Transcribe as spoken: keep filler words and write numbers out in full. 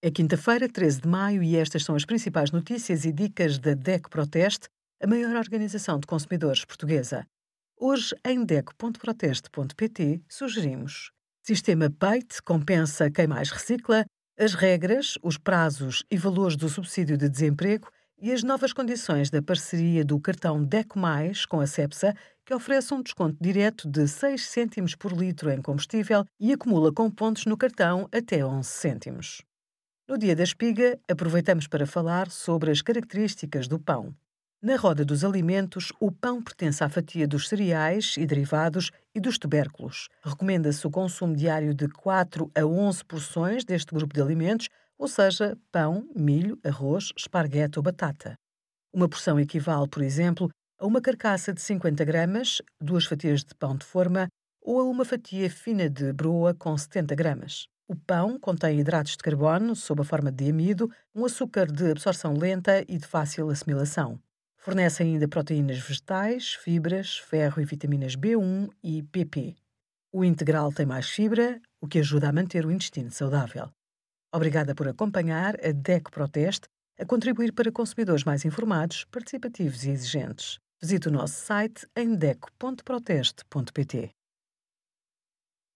É quinta-feira, treze de maio, e estas são as principais notícias e dicas da D E C Proteste, a maior organização de consumidores portuguesa. Hoje, em D E C ponto proteste ponto pt, sugerimos: Sistema PAIT compensa quem mais recicla, as regras, os prazos e valores do subsídio de desemprego e as novas condições da parceria do cartão D E C mais com a Cepsa, que oferece um desconto direto de seis cêntimos por litro em combustível e acumula com pontos no cartão até onze cêntimos. No Dia da Espiga, aproveitamos para falar sobre as características do pão. Na roda dos alimentos, o pão pertence à fatia dos cereais e derivados e dos tubérculos. Recomenda-se o consumo diário de quatro a onze porções deste grupo de alimentos, ou seja, pão, milho, arroz, esparguete ou batata. Uma porção equivale, por exemplo, a uma carcaça de cinquenta gramas, duas fatias de pão de forma ou a uma fatia fina de broa com setenta gramas. O pão contém hidratos de carbono, sob a forma de amido, um açúcar de absorção lenta e de fácil assimilação. Fornece ainda proteínas vegetais, fibras, ferro e vitaminas B um e P P. O integral tem mais fibra, o que ajuda a manter o intestino saudável. Obrigada por acompanhar a D E C Proteste a contribuir para consumidores mais informados, participativos e exigentes. Visite o nosso site em D E C ponto proteste ponto pt.